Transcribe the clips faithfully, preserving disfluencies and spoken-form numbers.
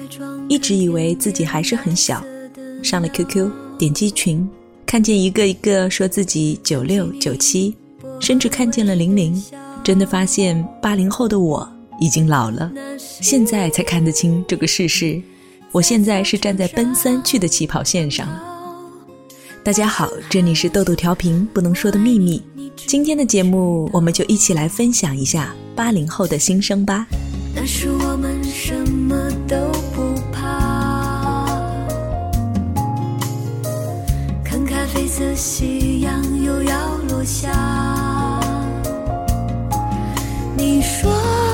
一直以为自己还是很小，上了 Q Q 点击群，看见一个一个说自己九六九七，甚至看见了零零，真的发现八零后的我已经老了，现在才看得清这个事实。我现在是站在奔三去的起跑线上了。大家好，这里是豆豆调频不能说的秘密。今天的节目我们就一起来分享一下八零后的心声吧。 那是我们什么都不怕，看咖啡色夕阳又要落下，你说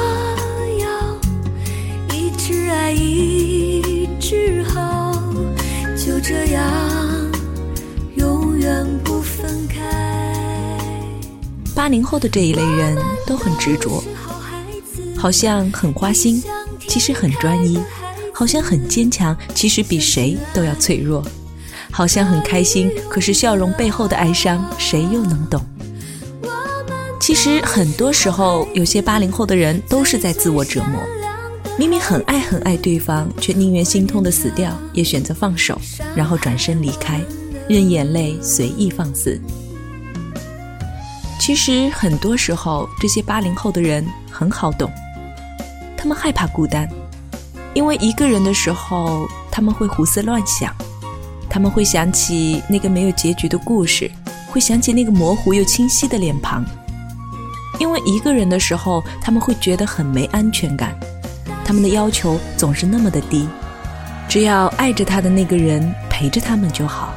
要一直爱一直好，就这样永远不分开。 八零后的这一类人都很执着，好像很花心，其实很专一，好像很坚强，其实比谁都要脆弱，好像很开心，可是笑容背后的哀伤谁又能懂。其实很多时候有些八零后的人都是在自我折磨，明明很爱很爱对方，却宁愿心痛的死掉也选择放手，然后转身离开，任眼泪随意放肆。其实很多时候这些八零后的人很好懂，他们害怕孤单，因为一个人的时候他们会胡思乱想，他们会想起那个没有结局的故事，会想起那个模糊又清晰的脸庞。因为一个人的时候他们会觉得很没安全感，他们的要求总是那么的低，只要爱着他的那个人陪着他们就好。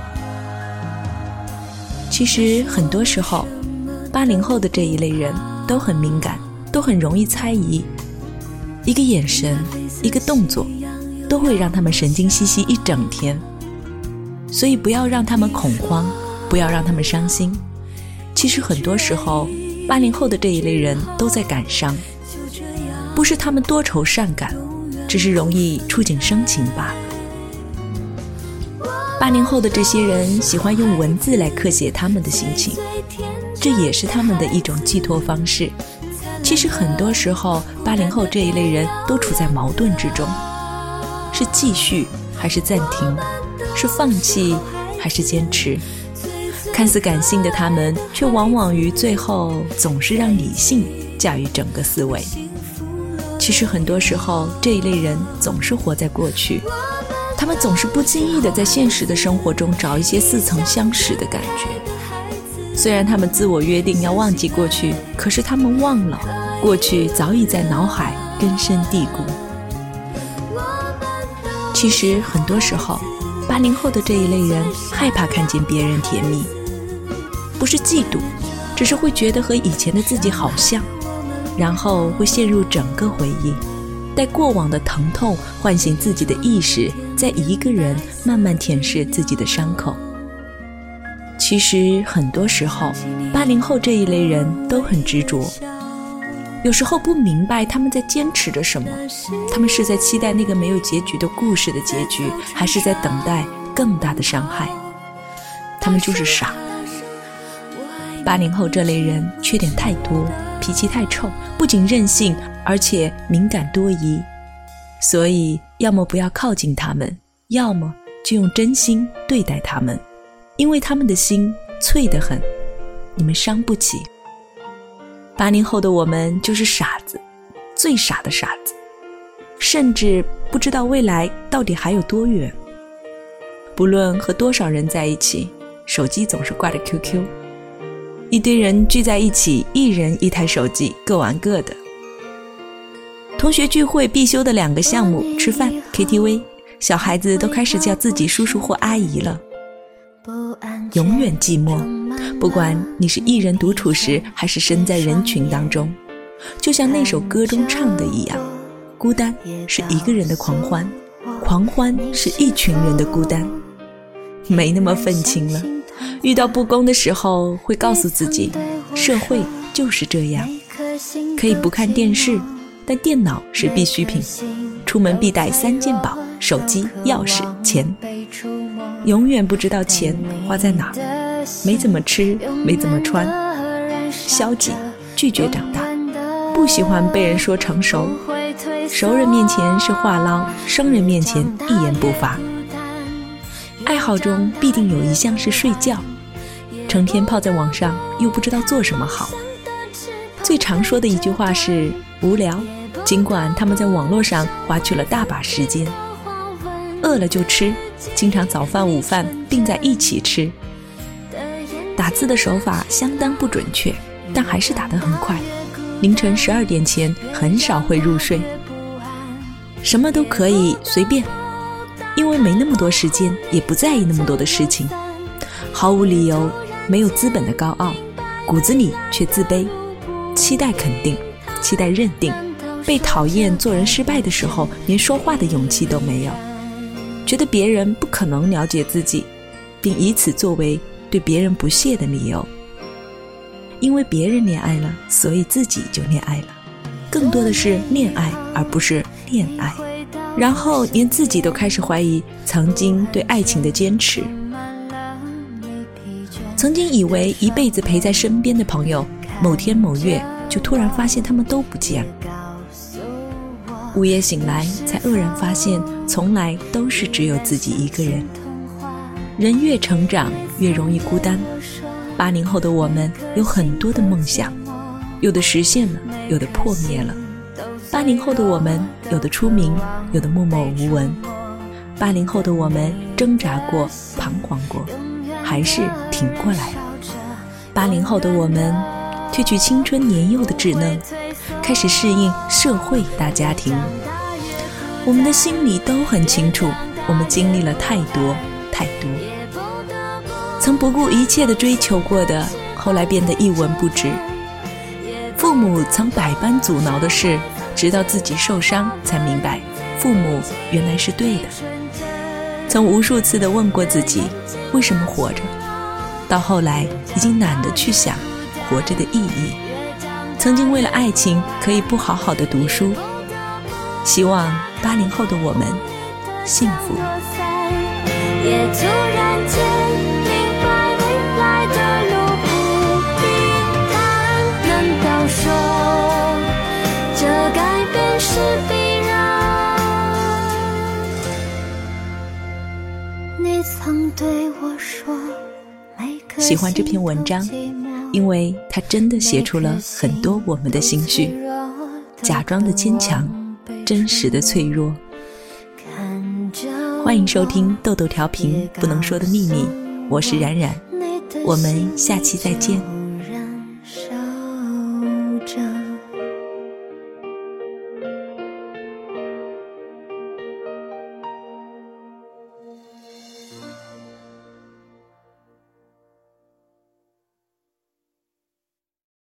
其实很多时候八零后的这一类人都很敏感，都很容易猜疑，一个眼神，一个动作都会让他们神经兮兮一整天。所以不要让他们恐慌，不要让他们伤心。其实很多时候八零后的这一类人都在感伤，不是他们多愁善感，只是容易触景生情罢了。八零后的这些人喜欢用文字来刻写他们的心情，这也是他们的一种寄托方式。其实很多时候八零后这一类人都处在矛盾之中，是继续还是暂停，是放弃还是坚持。看似感性的他们，却往往于最后总是让理性驾驭整个思维。其实很多时候这一类人总是活在过去，他们总是不经意地在现实的生活中找一些似曾相识的感觉。虽然他们自我约定要忘记过去，可是他们忘了过去早已在脑海根深蒂固。其实很多时候八零后的这一类人害怕看见别人甜蜜，不是嫉妒，只是会觉得和以前的自己好像，然后会陷入整个回忆，带过往的疼痛唤醒自己的意识，再一个人慢慢舔舐自己的伤口。其实很多时候八零后这一类人都很执着，有时候不明白他们在坚持着什么，他们是在期待那个没有结局的故事的结局，还是在等待更大的伤害？他们就是傻。八零后这类人缺点太多，脾气太臭，不仅任性，而且敏感多疑。所以要么不要靠近他们，要么就用真心对待他们，因为他们的心脆得很，你们伤不起。八零后的我们就是傻子，最傻的傻子，甚至不知道未来到底还有多远。不论和多少人在一起，手机总是挂着 Q Q， 一堆人聚在一起，一人一台手机，各玩各的。同学聚会必修的两个项目，吃饭 K T V， 小孩子都开始叫自己叔叔或阿姨了。永远寂寞，不管你是一人独处时，还是身在人群当中，就像那首歌中唱的一样，孤单是一个人的狂欢，狂欢是一群人的孤单。没那么愤青了，遇到不公的时候会告诉自己，社会就是这样，可以不看电视，但电脑是必需品，出门必带三件宝，手机、钥匙、钱。永远不知道钱花在哪儿，没怎么吃，没怎么穿。消极，拒绝长大，不喜欢被人说成熟， 熟人面前是话唠，生人面前一言不发。爱好中必定有一项是睡觉，成天泡在网上又不知道做什么好。最常说的一句话是无聊，尽管他们在网络上花去了大把时间。饿了就吃，经常早饭午饭并在一起吃。打字的手法相当不准确，但还是打得很快，凌晨十二点前很少会入睡。什么都可以随便，因为没那么多时间，也不在意那么多的事情，毫无理由，没有资本的高傲，骨子里却自卑，期待肯定，期待认定，被讨厌做人失败的时候连说话的勇气都没有，觉得别人不可能了解自己，并以此作为对别人不屑的理由。因为别人恋爱了，所以自己就恋爱了，更多的是恋爱而不是恋爱，然后连自己都开始怀疑曾经对爱情的坚持。曾经以为一辈子陪在身边的朋友，某天某月就突然发现他们都不见了。午夜醒来才愕然发现，从来都是只有自己一个人。人越成长越容易孤单。八零后的我们有很多的梦想，有的实现了，有的破灭了。八零后的我们有的出名，有的默默无闻。八零后的我们挣扎过，彷徨过，还是挺过来了。八零后的我们褪去青春年幼的稚嫩，开始适应社会大家庭。我们的心里都很清楚，我们经历了太多太多，曾不顾一切的追求过的，后来变得一文不值。父母曾百般阻挠的事，直到自己受伤才明白，父母原来是对的。曾无数次的问过自己，为什么活着？到后来已经懒得去想活着的意义。曾经为了爱情可以不好好的读书，希望八零后的我们幸福。 也突然间明白未来的路不平坦，难道说这改变是必然？你曾对我说， 喜欢这篇文章，因为它真的写出了很多我们的心绪，假装的坚强，真实的脆弱。欢迎收听豆豆调频不能说的秘密，我是冉冉，我们下期再见。